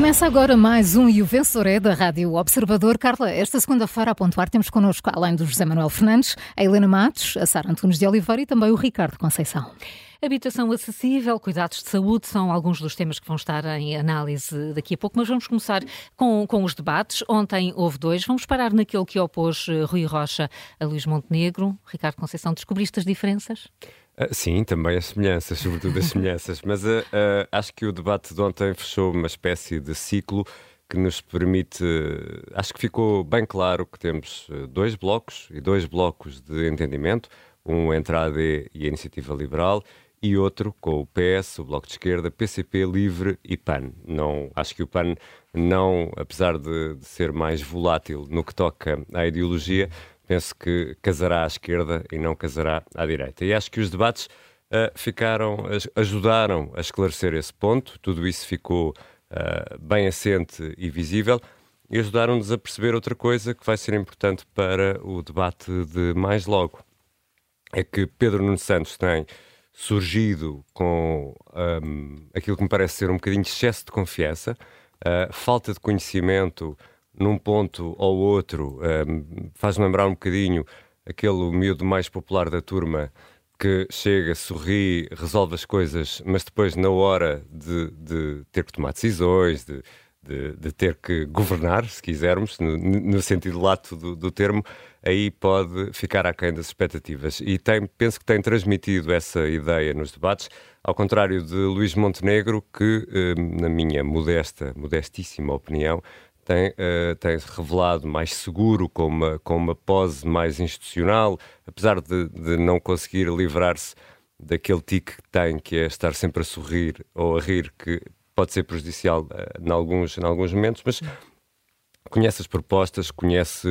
Começa agora mais um E o Vencedor é da Rádio Observador. Carla, esta segunda-feira a pontuar temos connosco, além do José Manuel Fernandes, a Helena Matos, a Sara Antunes de Oliveira e também o Ricardo Conceição. Habitação acessível, cuidados de saúde são alguns dos temas que vão estar em análise daqui a pouco, mas vamos começar com os debates. Ontem houve dois, vamos parar naquele que opôs Rui Rocha a Luís Montenegro. Ricardo Conceição, descobriste as diferenças? Sim, também as semelhanças, sobretudo as semelhanças, mas acho que o debate de ontem fechou uma espécie de ciclo que nos permite, acho que ficou bem claro que temos dois blocos de entendimento, um entre a AD e a Iniciativa Liberal e outro com o PS, o Bloco de Esquerda, PCP, Livre e PAN. Não, acho que o PAN não, apesar de ser mais volátil no que toca à ideologia, penso que casará à esquerda e não casará à direita. E acho que os debates ajudaram a esclarecer esse ponto. Tudo isso ficou bem assente e visível e ajudaram-nos a perceber outra coisa que vai ser importante para o debate de mais logo. É que Pedro Nuno Santos tem surgido com aquilo que me parece ser um bocadinho de excesso de confiança, falta de conhecimento num ponto ou outro, faz-me lembrar um bocadinho aquele miúdo mais popular da turma que chega, sorri, resolve as coisas, mas depois na hora de ter que tomar decisões, de ter que governar, se quisermos, no sentido lato do termo, aí pode ficar aquém das expectativas. E penso que tem transmitido essa ideia nos debates, ao contrário de Luís Montenegro, que, na minha modestíssima opinião, tem revelado mais seguro, com uma pose mais institucional, apesar de não conseguir livrar-se daquele tique que tem, que é estar sempre a sorrir ou a rir, que pode ser prejudicial em alguns momentos, mas conhece as propostas, conhece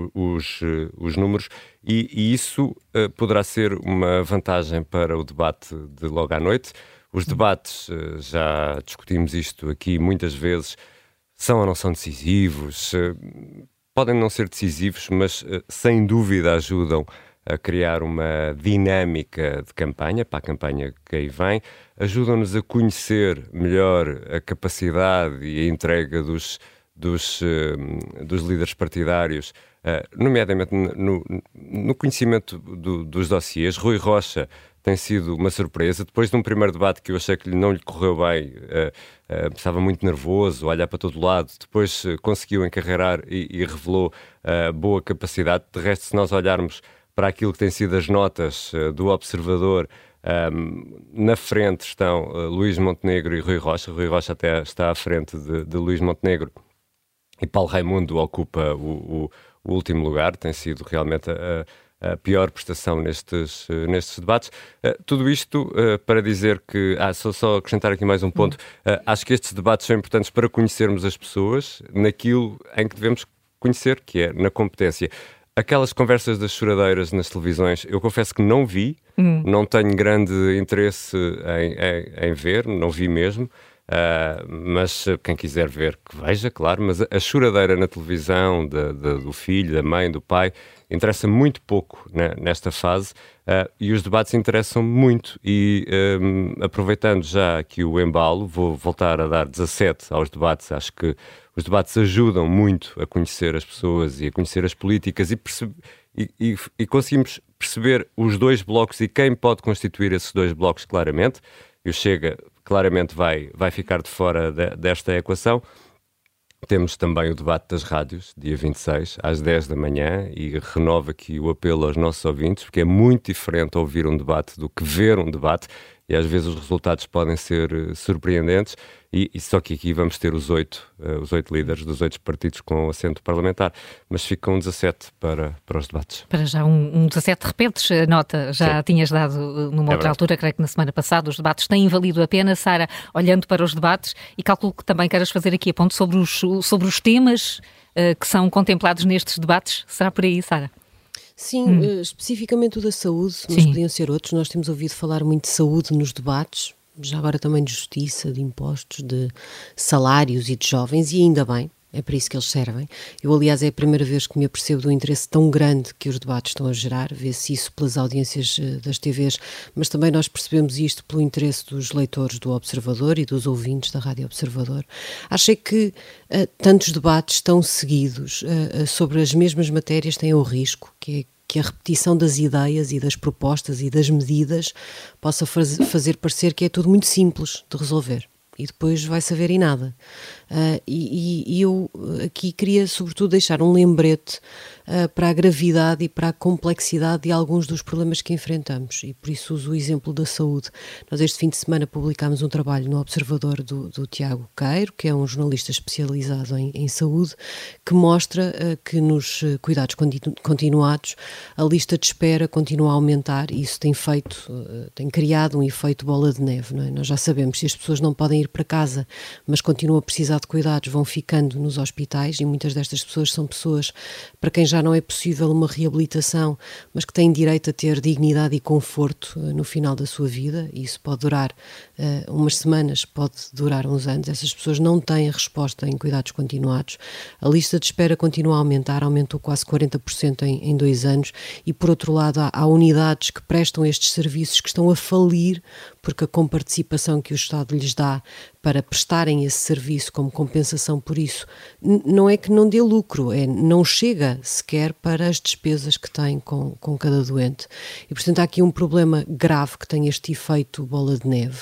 os números e isso poderá ser uma vantagem para o debate de logo à noite. Os debates, já discutimos isto aqui muitas vezes, são ou não são decisivos, podem não ser decisivos, mas sem dúvida ajudam a criar uma dinâmica de campanha, para a campanha que aí vem, ajudam-nos a conhecer melhor a capacidade e a entrega dos líderes partidários, nomeadamente no conhecimento dos dossiês. Rui Rocha tem sido uma surpresa. Depois de um primeiro debate que eu achei que não lhe correu bem, estava muito nervoso, a olhar para todo lado, depois conseguiu encarreirar e revelou boa capacidade. De resto, se nós olharmos para aquilo que têm sido as notas do Observador, na frente estão Luís Montenegro e Rui Rocha. Rui Rocha até está à frente de Luís Montenegro e Paulo Raimundo ocupa o último lugar. Tem sido realmente a pior prestação nestes debates. Tudo isto para dizer que, só acrescentar aqui mais um ponto, acho que estes debates são importantes para conhecermos as pessoas naquilo em que devemos conhecer, que é na competência. Aquelas conversas das choradeiras nas televisões, eu confesso que não vi, não tenho grande interesse em ver, não vi mesmo, mas quem quiser ver que veja, claro, mas a choradeira na televisão do filho, da mãe, do pai, interessa muito pouco nesta fase e os debates interessam muito e aproveitando já aqui o embalo, vou voltar a dar 17 aos debates. Acho que os debates ajudam muito a conhecer as pessoas e a conhecer as políticas e conseguimos perceber os dois blocos e quem pode constituir esses dois blocos claramente. E o Chega claramente vai ficar de fora desta equação. Temos também o debate das rádios, dia 26, às 10 da manhã, e renovo aqui o apelo aos nossos ouvintes, porque é muito diferente ouvir um debate do que ver um debate, e às vezes os resultados podem ser surpreendentes, e só que aqui vamos ter os oito líderes dos 8 partidos com assento parlamentar, mas ficam 17 para os debates. Para já um 17, repetes a nota, já tinhas dado numa outra altura, creio que na semana passada, os debates têm valido a pena. Sara, olhando para os debates, e calculo que também queiras fazer aqui a ponto sobre os temas que são contemplados nestes debates, será por aí, Sara? Sim, especificamente o da saúde, mas podiam ser outros. Nós temos ouvido falar muito de saúde nos debates, já agora também de justiça, de impostos, de salários e de jovens, e ainda bem. É para isso que eles servem. Eu, aliás, é a primeira vez que me apercebo do interesse tão grande que os debates estão a gerar, vê-se isso pelas audiências das TVs, mas também nós percebemos isto pelo interesse dos leitores do Observador e dos ouvintes da Rádio Observador. Achei que tantos debates tão seguidos sobre as mesmas matérias têm o risco, que a repetição das ideias e das propostas e das medidas possa fazer parecer que é tudo muito simples de resolver. E depois vai-se a ver em nada. E eu aqui queria sobretudo deixar um lembrete para a gravidade e para a complexidade de alguns dos problemas que enfrentamos, e por isso uso o exemplo da saúde. Nós este fim de semana publicámos um trabalho no Observador do Tiago Queiro, que é um jornalista especializado em saúde, que mostra que nos cuidados continuados a lista de espera continua a aumentar, e isso tem criado um efeito bola de neve, não é? Nós já sabemos, se as pessoas não podem ir para casa, mas continuam a precisar de cuidados, vão ficando nos hospitais, e muitas destas pessoas são pessoas para quem já não é possível uma reabilitação, mas que têm direito a ter dignidade e conforto no final da sua vida, e isso pode durar umas semanas, pode durar uns anos. Essas pessoas não têm a resposta em cuidados continuados. A lista de espera continua a aumentar, aumentou quase 40% em 2 anos, e por outro lado há unidades que prestam estes serviços que estão a falir, porque a comparticipação que o Estado lhes dá para prestarem esse serviço como compensação por isso, não é que não dê lucro, não chega sequer para as despesas que têm com cada doente. E, portanto, há aqui um problema grave que tem este efeito bola de neve.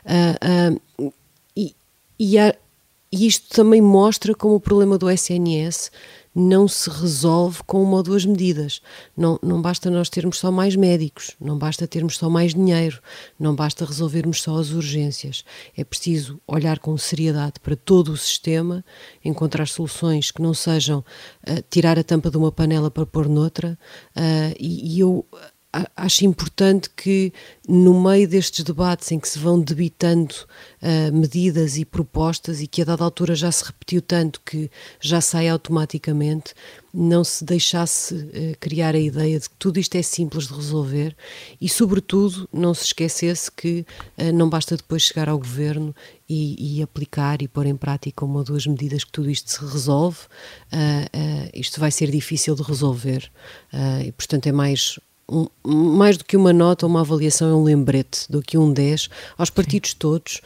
E isto também mostra como o problema do SNS não se resolve com 1 ou 2 medidas. Não basta nós termos só mais médicos, não basta termos só mais dinheiro, não basta resolvermos só as urgências. É preciso olhar com seriedade para todo o sistema, encontrar soluções que não sejam tirar a tampa de uma panela para pôr noutra, e eu acho importante que, no meio destes debates em que se vão debitando medidas e propostas, e que a dada altura já se repetiu tanto que já sai automaticamente, não se deixasse criar a ideia de que tudo isto é simples de resolver, e sobretudo não se esquecesse que não basta depois chegar ao governo e aplicar e pôr em prática 1 ou 2 medidas que tudo isto se resolve. Isto vai ser difícil de resolver, e portanto é mais do que uma nota ou uma avaliação, é um lembrete do que um 10 aos partidos todos,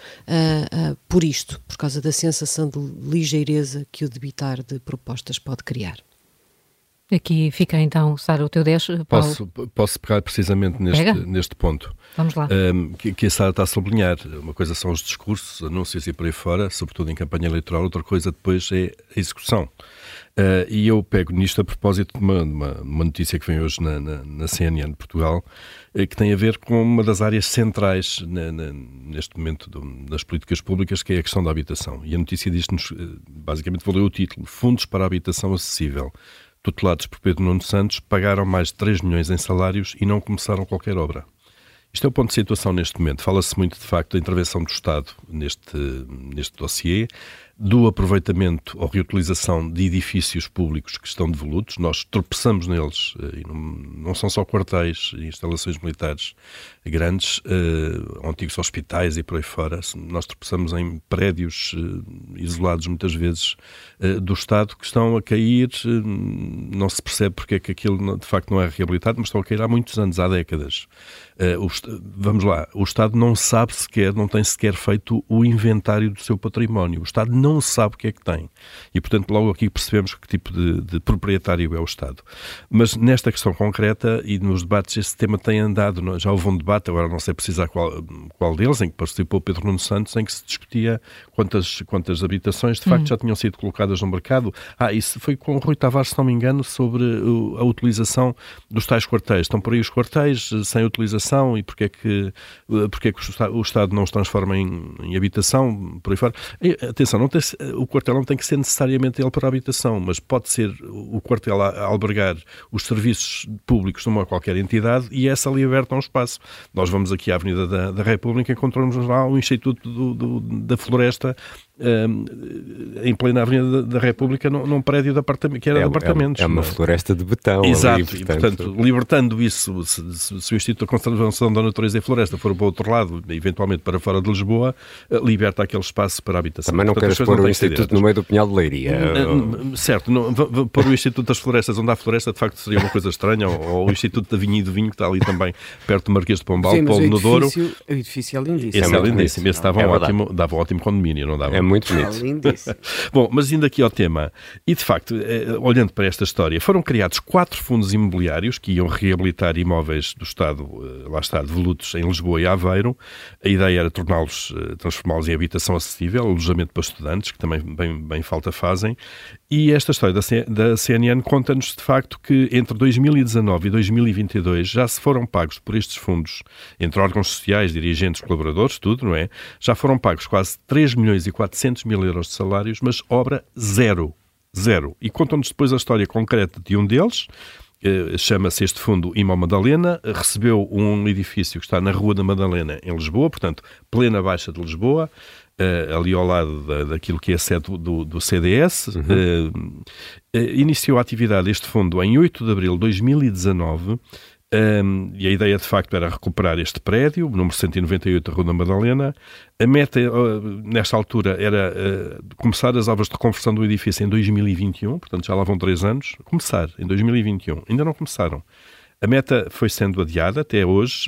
por causa da sensação de ligeireza que o debitar de propostas pode criar. Aqui fica então, Sara, o teu 10. Posso pegar precisamente neste ponto. Vamos lá. Que a Sara está a sublinhar. Uma coisa são os discursos, anúncios e por aí fora, sobretudo em campanha eleitoral, outra coisa depois é a execução. E eu pego nisto a propósito de uma notícia que vem hoje na CNN de Portugal, que tem a ver com uma das áreas centrais neste momento das políticas públicas, que é a questão da habitação. E a notícia diz-nos, basicamente vou ler o título: Fundos para a Habitação Acessível, tutelados por Pedro Nuno Santos, pagaram mais de 3 milhões em salários e não começaram qualquer obra. Isto é o ponto de situação neste momento. Fala-se muito, de facto, da intervenção do Estado neste dossiê, do aproveitamento ou reutilização de edifícios públicos que estão devolutos. Nós tropeçamos neles, e não são só quartéis e instalações militares grandes, antigos hospitais e por aí fora. Nós tropeçamos em prédios isolados, muitas vezes, do Estado, que estão a cair. Não se percebe porque é que aquilo, de facto, não é reabilitado, mas estão a cair há muitos anos, há décadas. Vamos lá, o Estado não sabe sequer, não tem sequer feito o inventário do seu património. O Estado não sabe o que é que tem. E, portanto, logo aqui percebemos que tipo de proprietário é o Estado. Mas nesta questão concreta e nos debates, esse tema tem andado. Já houve um debate, agora não sei precisar qual deles, em que participou Pedro Nuno Santos, em que se discutia quantas habitações de facto já tinham sido colocadas no mercado. Isso foi com o Rui Tavares, se não me engano, sobre a utilização dos tais quartéis. Estão por aí os quartéis sem utilização, e porque é que o Estado não os transforma em habitação, por aí fora. Atenção, o quartel não tem que ser necessariamente ele para a habitação, mas pode ser o quartel a albergar os serviços públicos de uma qualquer entidade, e essa ali aberta um espaço. Nós vamos aqui à Avenida da República, encontramos lá o Instituto da Floresta, em plena Avenida da República, num prédio de apartamento, que era de apartamentos. É uma floresta de betão. Exato, ali, e portanto, libertando isso, se o Instituto de Conservação da Natureza e Floresta for para o outro lado, eventualmente para fora de Lisboa, liberta aquele espaço para a habitação. Também não queres pôr o Instituto no meio do Pinhal de Leiria. Certo, pôr o Instituto das Florestas onde há floresta, de facto, seria uma coisa estranha, ou o Instituto da Vinha e do Vinho, que está ali também, perto do Marquês de Pombal, Polo no Douro. O edifício é lindíssimo. Esse é lindíssimo. Esse dava um ótimo condomínio, não dava? É muito bonito. Lindíssimo. Bom, mas indo aqui ao tema, e de facto, olhando para esta história, foram criados 4 fundos imobiliários que iam reabilitar imóveis do Estado, lá está, devolutos em Lisboa e Aveiro. A ideia era transformá-los em habitação acessível, alojamento para estudantes, que também bem falta fazem. E esta história da CNN conta-nos, de facto, que entre 2019 e 2022 já se foram pagos por estes fundos, entre órgãos sociais, dirigentes, colaboradores, tudo, não é? Já foram pagos quase 3 milhões e 400 mil euros de salários, mas obra zero. E contam-nos depois a história concreta de um deles. Chama-se este fundo Imó Madalena, recebeu um edifício que está na Rua da Madalena, em Lisboa, portanto, plena baixa de Lisboa, ali ao lado daquilo que é a sede do CDS. Iniciou a atividade deste fundo em 8 de abril de 2019, e a ideia de facto era recuperar este prédio, número 198 da Rua da Madalena. A meta nesta altura era começar as obras de reconversão do edifício em 2021, portanto já lá vão 3 anos. Começar em 2021, ainda não começaram. A meta foi sendo adiada até hoje,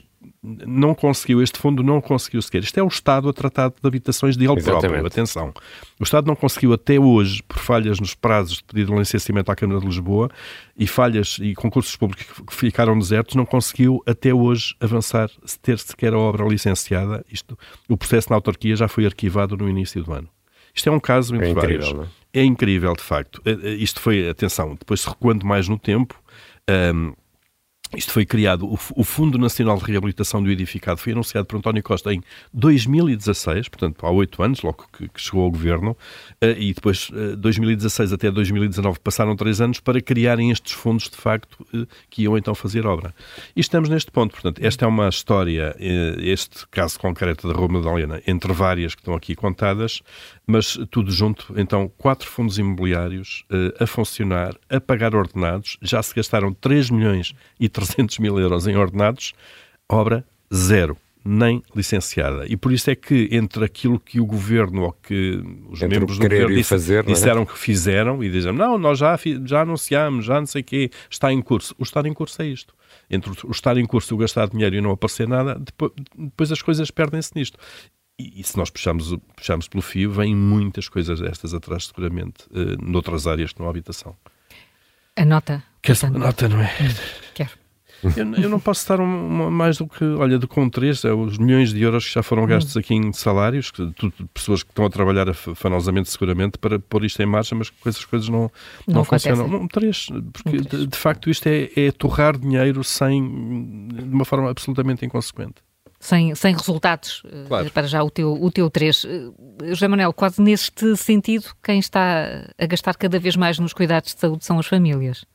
este fundo não conseguiu sequer. Isto é o Estado a tratar de habitações dele próprio, atenção. O Estado não conseguiu até hoje, por falhas nos prazos de pedido de licenciamento à Câmara de Lisboa e falhas e concursos públicos que ficaram desertos, não conseguiu até hoje avançar, ter sequer a obra licenciada. O processo na autarquia já foi arquivado no início do ano. Isto é um caso entre vários. Incrível, não é? É incrível, de facto. Isto foi, atenção, depois recuando mais no tempo, isto foi criado, o Fundo Nacional de Reabilitação do Edificado foi anunciado por António Costa em 2016, portanto há 8 anos, logo que chegou ao governo, e depois 2016 até 2019 passaram 3 anos para criarem estes fundos de facto que iam então fazer obra. E estamos neste ponto, portanto, esta é uma história, este caso concreto da Rua Madalena, entre várias que estão aqui contadas, mas tudo junto, então 4 fundos imobiliários a funcionar, a pagar ordenados, já se gastaram 3 milhões e 300 mil euros em ordenados, obra zero, nem licenciada. E por isso é que entre aquilo que o Governo ou que os membros do Governo disseram que fizeram e dizem, não, nós já anunciámos, já não sei o quê, está em curso. O estar em curso é isto. Entre o estar em curso e o gastar dinheiro e não aparecer nada, depois as coisas perdem-se nisto. E se nós puxarmos pelo fio, vêm muitas coisas destas atrás, seguramente, noutras áreas que não há habitação. A nota? Quer-se uma nota, não é? Quero. Eu não posso estar mais do que um 3, os milhões de euros que já foram gastos aqui em salários, pessoas que estão a trabalhar afanosamente seguramente para pôr isto em marcha, mas que essas coisas não funcionam. Um 3, porque de facto isto é torrar dinheiro de uma forma absolutamente inconsequente. Sem resultados, claro. Para já o teu 3. José Manuel, quase neste sentido, quem está a gastar cada vez mais nos cuidados de saúde são as famílias.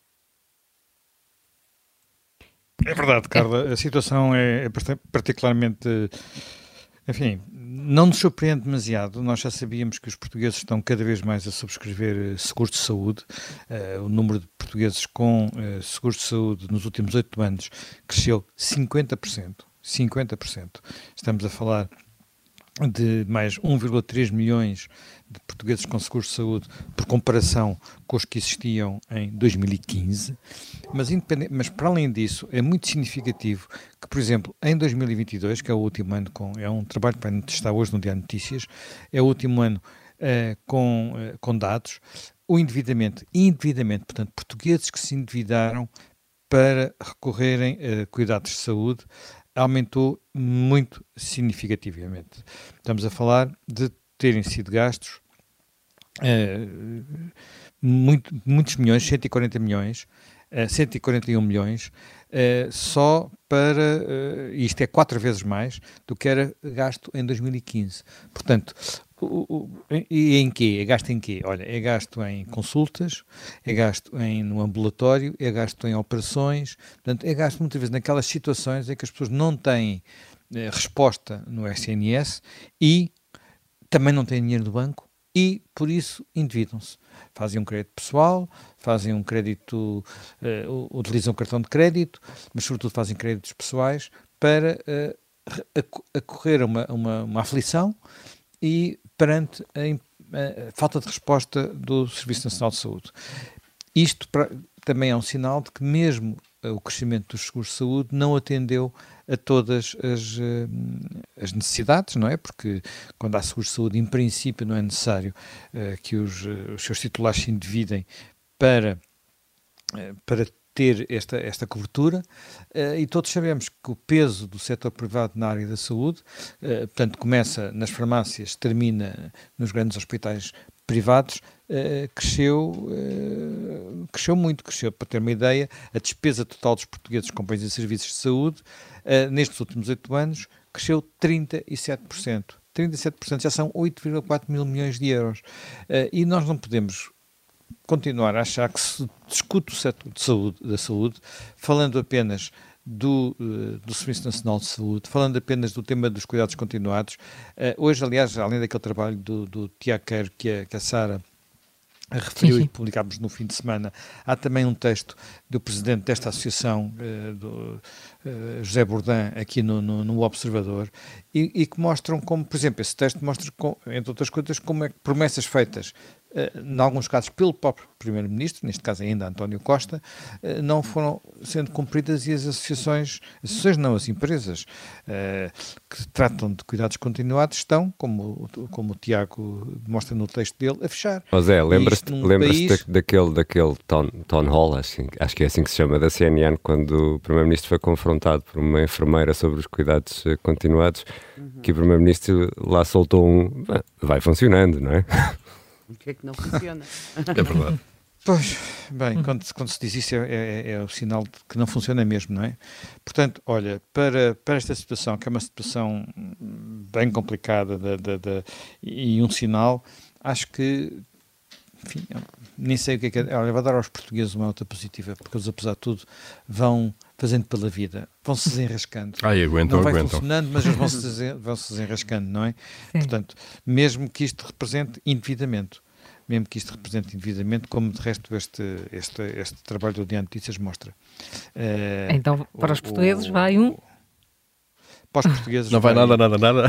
É verdade, Carla. A situação é particularmente... Enfim, não nos surpreende demasiado. Nós já sabíamos que os portugueses estão cada vez mais a subscrever seguros de saúde. O número de portugueses com seguros de saúde nos últimos 8 anos cresceu 50%. 50%. Estamos a falar de mais 1,3 milhões de portugueses com seguros de saúde por comparação com os que existiam em 2015, mas para além disso é muito significativo que, por exemplo, em 2022, que é o último ano, é um trabalho que está hoje no Diário de Notícias, é o último ano com dados, o indevidamente, portanto, portugueses que se endividaram para recorrerem a cuidados de saúde, aumentou muito significativamente. Estamos a falar de terem sido gastos muitos milhões, 140 milhões, 141 milhões, só para... isto é 4 vezes mais do que era gasto em 2015. Portanto, e em quê? É gasto em quê? Olha, é gasto em consultas, é gasto no ambulatório, é gasto em operações, portanto, é gasto muitas vezes naquelas situações em que as pessoas não têm resposta no SNS e também não têm dinheiro do banco e, por isso, endividam-se. Fazem um crédito pessoal, fazem um crédito, utilizam cartão de crédito, mas sobretudo fazem créditos pessoais para acorrer a uma aflição e perante a falta de resposta do Serviço Nacional de Saúde. Isto também é um sinal de que mesmo o crescimento dos seguros de saúde não atendeu a todas as necessidades, não é? Porque quando há seguros de saúde, em princípio, não é necessário que os seus titulares se endividem para ter esta cobertura, e todos sabemos que o peso do setor privado na área da saúde, portanto, começa nas farmácias, termina nos grandes hospitais privados, cresceu muito. Para ter uma ideia, a despesa total dos portugueses com bens e serviços de saúde, nestes últimos 8 anos, cresceu 37%. 37% já são 8,4 mil milhões de euros. E nós não podemos continuar a achar que se discute o setor da saúde, falando apenas do Serviço Nacional de Saúde, falando apenas do tema dos cuidados continuados. Hoje, aliás, além daquele trabalho do Tiago Queiro que a Sara referiu, sim, e publicámos no fim de semana, há também um texto do presidente desta associação, José Bourdin, aqui no Observador, e que mostram como, por exemplo, esse texto mostra, entre outras coisas, como é que promessas feitas, em alguns casos pelo próprio Primeiro-Ministro, neste caso ainda António Costa, não foram sendo cumpridas, e as associações não, as empresas que tratam de cuidados continuados estão, como o Tiago mostra no texto dele, a fechar. José, lembras-te daquele town hall, acho que é assim que se chama, da CNN, quando o Primeiro-Ministro foi confrontado por uma enfermeira sobre os cuidados continuados, que o Primeiro-Ministro lá soltou vai funcionando, não é? O que é que não funciona? É verdade. Pois, bem, quando se diz isso é o sinal de que não funciona mesmo, não é? Portanto, olha, para esta situação, que é uma situação bem complicada e um sinal, acho que, enfim, nem sei o que é. Olha, vou dar aos portugueses uma nota positiva, porque eles, apesar de tudo, vão fazendo pela vida, vão-se desenrascando. Aguentam. Não vai funcionando, mas eles vão-se desenrascando, não é? Sim. Portanto, mesmo que isto represente endividamento, como de resto este trabalho do Diário de Notícias mostra. Então, para os portugueses vai um... Para os portugueses não vai nada.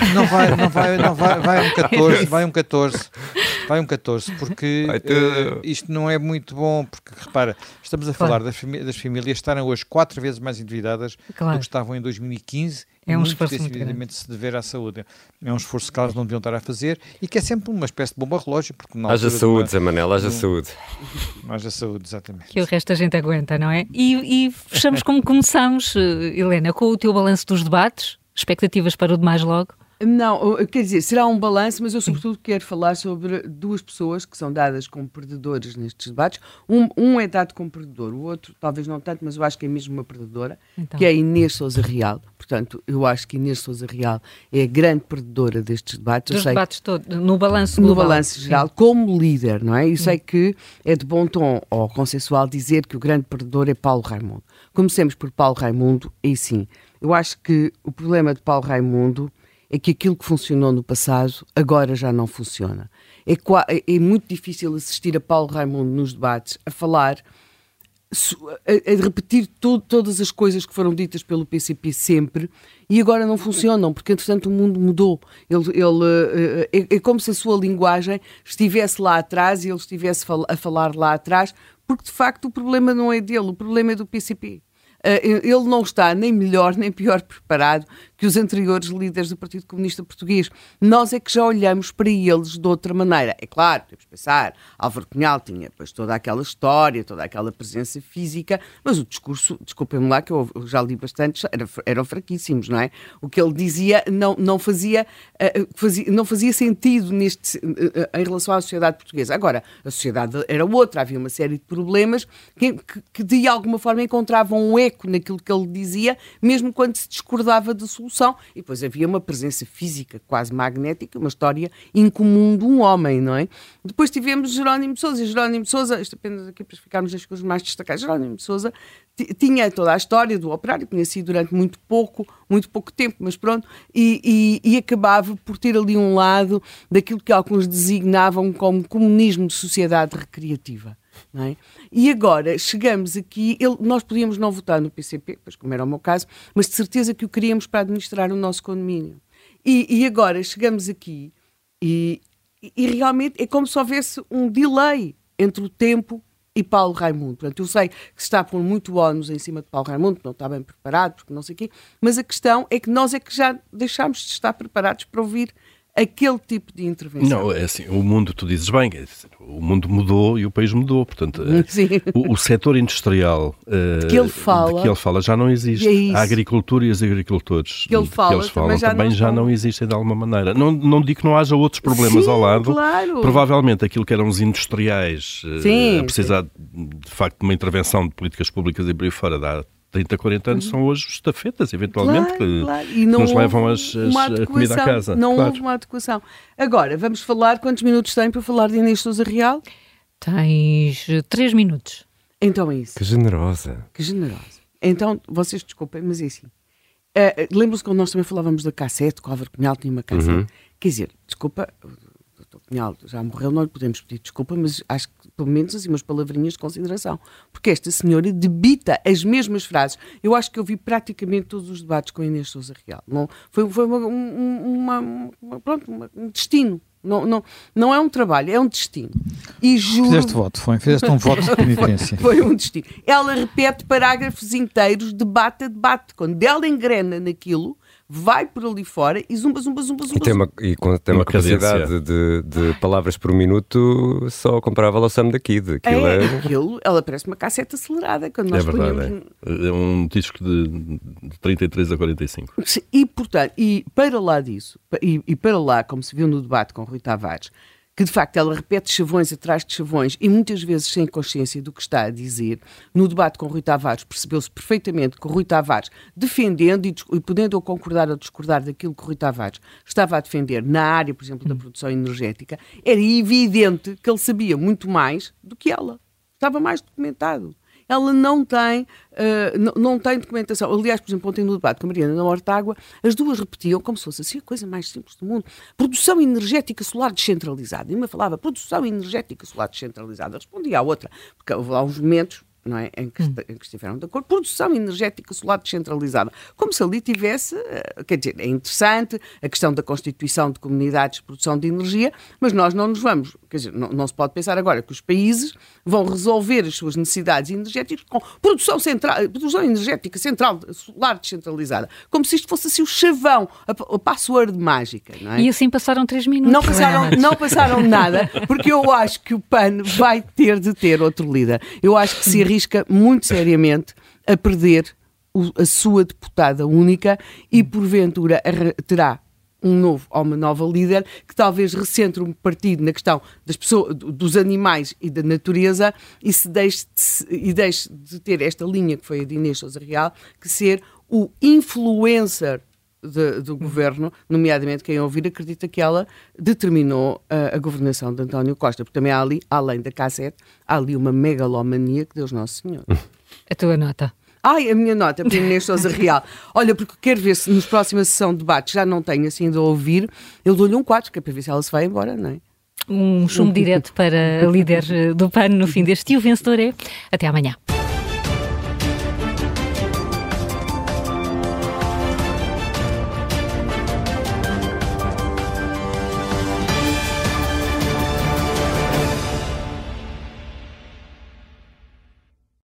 Vai um 14, porque isto não é muito bom, porque repara, estamos a falar das famílias estarem hoje 4 vezes mais endividadas do que estavam em 2015. É um esforço muito grande. Se dever à saúde. É um esforço que elas não deviam estar a fazer e que é sempre uma espécie de bomba relógio. Haja saúde, Zé Manel, haja saúde. Haja saúde, exatamente. Que o resto a gente aguenta, não é? E fechamos como começamos, Helena, com o teu balanço dos debates, expectativas para o de mais logo? Não, quer dizer, será um balanço, mas eu sobretudo quero falar sobre 2 pessoas que são dadas como perdedores nestes debates. Um é dado como perdedor, o outro talvez não tanto, mas eu acho que é mesmo uma perdedora, então, que é a Inês Sousa Real. Portanto, eu acho que Inês Sousa Real é a grande perdedora destes debates. Dos debates todos, no balanço global. No balanço geral, como líder, não é? E sei que é de bom tom ou consensual dizer que o grande perdedor é Paulo Raimundo. Comecemos por Paulo Raimundo, e sim, eu acho que o problema de Paulo Raimundo é que aquilo que funcionou no passado agora já não funciona. É muito difícil assistir a Paulo Raimundo nos debates a falar, a repetir todas as coisas que foram ditas pelo PCP sempre e agora não funcionam, porque entretanto o mundo mudou. É como se a sua linguagem estivesse lá atrás e ele estivesse a falar lá atrás, porque de facto o problema não é dele, o problema é do PCP. Ele não está nem melhor nem pior preparado que os anteriores líderes do Partido Comunista Português. Nós é que já olhamos para eles de outra maneira. É claro, temos que pensar, Álvaro Cunhal tinha pois, toda aquela história, toda aquela presença física, mas o discurso, desculpem-me lá que eu já li bastante, eram fraquíssimos, não é? O que ele dizia não fazia sentido em relação à sociedade portuguesa. Agora, a sociedade era outra, havia uma série de problemas que de alguma forma encontravam um eco naquilo que ele dizia, mesmo quando se discordava da solução. E depois havia uma presença física quase magnética, uma história incomum de um homem, não é? Depois tivemos Jerónimo de Sousa. E Jerónimo de Sousa, isto apenas aqui para ficarmos nas coisas mais destacadas, Jerónimo de Sousa tinha toda a história do operário, tinha sido durante muito pouco tempo, mas pronto, e acabava por ter ali um lado daquilo que alguns designavam como comunismo de sociedade recreativa. Não é? E agora chegamos aqui, nós podíamos não votar no PCP, pois como era o meu caso, mas de certeza que o queríamos para administrar o nosso condomínio. E agora chegamos aqui e realmente é como se houvesse um delay entre o tempo e Paulo Raimundo. Portanto, eu sei que se está a pôr muito ónus em cima de Paulo Raimundo, não está bem preparado, porque não sei o quê, mas a questão é que nós é que já deixámos de estar preparados para ouvir aquele tipo de intervenção. Não, é assim, o mundo, tu dizes bem, o mundo mudou e o país mudou, portanto, o setor industrial de que ele fala já não existe. A agricultura e os agricultores que eles falam também já não existem de alguma maneira. Não digo que não haja outros problemas ao lado. Claro. Provavelmente aquilo que eram os industriais a precisar de facto de uma intervenção de políticas públicas e por aí fora da 30, 40 anos são hoje estafetas, eventualmente, que nos levam a comida à casa. Não houve uma adequação. Agora, vamos falar, quantos minutos tem para falar de Inês Sousa Real? Tens 3 minutos. Então é isso. Que generosa. Então, vocês desculpem, mas é assim. Lembram-se quando nós também falávamos da cassete, que o Álvaro Cunhal tinha uma cassete? Quer dizer, desculpa, o Dr. Cunhal já morreu, não lhe podemos pedir desculpa, mas acho que pelo menos assim umas palavrinhas de consideração, porque esta senhora debita as mesmas frases. Eu acho que eu vi praticamente todos os debates com a Inês Sousa Real. Não, foi um destino. Não é um trabalho, é um destino. E juro... Fizeste um voto de penitência. Foi um destino. Ela repete parágrafos inteiros, debate a debate. Quando ela engrena naquilo, vai por ali fora e zumba. Tem uma capacidade de palavras por minuto só comparável ao Sam da Kid. Aquilo, ela parece uma cassete acelerada. Quando nós verdade, é um disco de 33 a 45. E, portanto, para lá disso, e para lá, como se viu no debate com Rui Tavares, que de facto ela repete chavões atrás de chavões e muitas vezes sem consciência do que está a dizer. No debate com Rui Tavares percebeu-se perfeitamente que o Rui Tavares, defendendo e podendo ou concordar ou discordar daquilo que o Rui Tavares estava a defender na área, por exemplo, da produção energética, era evidente que ele sabia muito mais do que ela. Estava mais documentado. Ela não tem documentação. Aliás, por exemplo, ontem no debate com a Mariana Mortágua, as duas repetiam como se fosse assim a coisa mais simples do mundo. Produção energética solar descentralizada. E uma falava produção energética solar descentralizada. Respondia à outra, porque houve lá uns momentos, não é, em que estiveram de acordo. Produção energética solar descentralizada. Como se ali tivesse, quer dizer, é interessante a questão da constituição de comunidades de produção de energia, mas nós não nos vamos, quer dizer, não se pode pensar agora que os países vão resolver as suas necessidades energéticas com produção energética central, solar descentralizada. Como se isto fosse assim o chavão, a password mágica, não é? E assim passaram 3 minutos. Não passaram nada, porque eu acho que o PAN vai ter de ter outro líder. Eu acho que se arrisca muito seriamente a perder a sua deputada única e, porventura, terá um novo ou uma nova líder que talvez recentre um partido na questão das pessoas, dos animais e da natureza e deixe de ter esta linha que foi a de Inês Sousa Real, que ser o influencer do governo, nomeadamente quem ouvir acredita que ela determinou a governação de António Costa, porque também há ali, além da cassete, há ali uma megalomania que Deus Nosso Senhor. A tua nota? A minha nota para Inês Sousa Real. Olha, porque quero ver se nos próxima sessão de debate já não tenho assim de ouvir, eu dou-lhe um 4, que é para ver se ela se vai embora, não é? Um chumbo direto para a líder do PAN no fim deste. E o vencedor é... Até amanhã.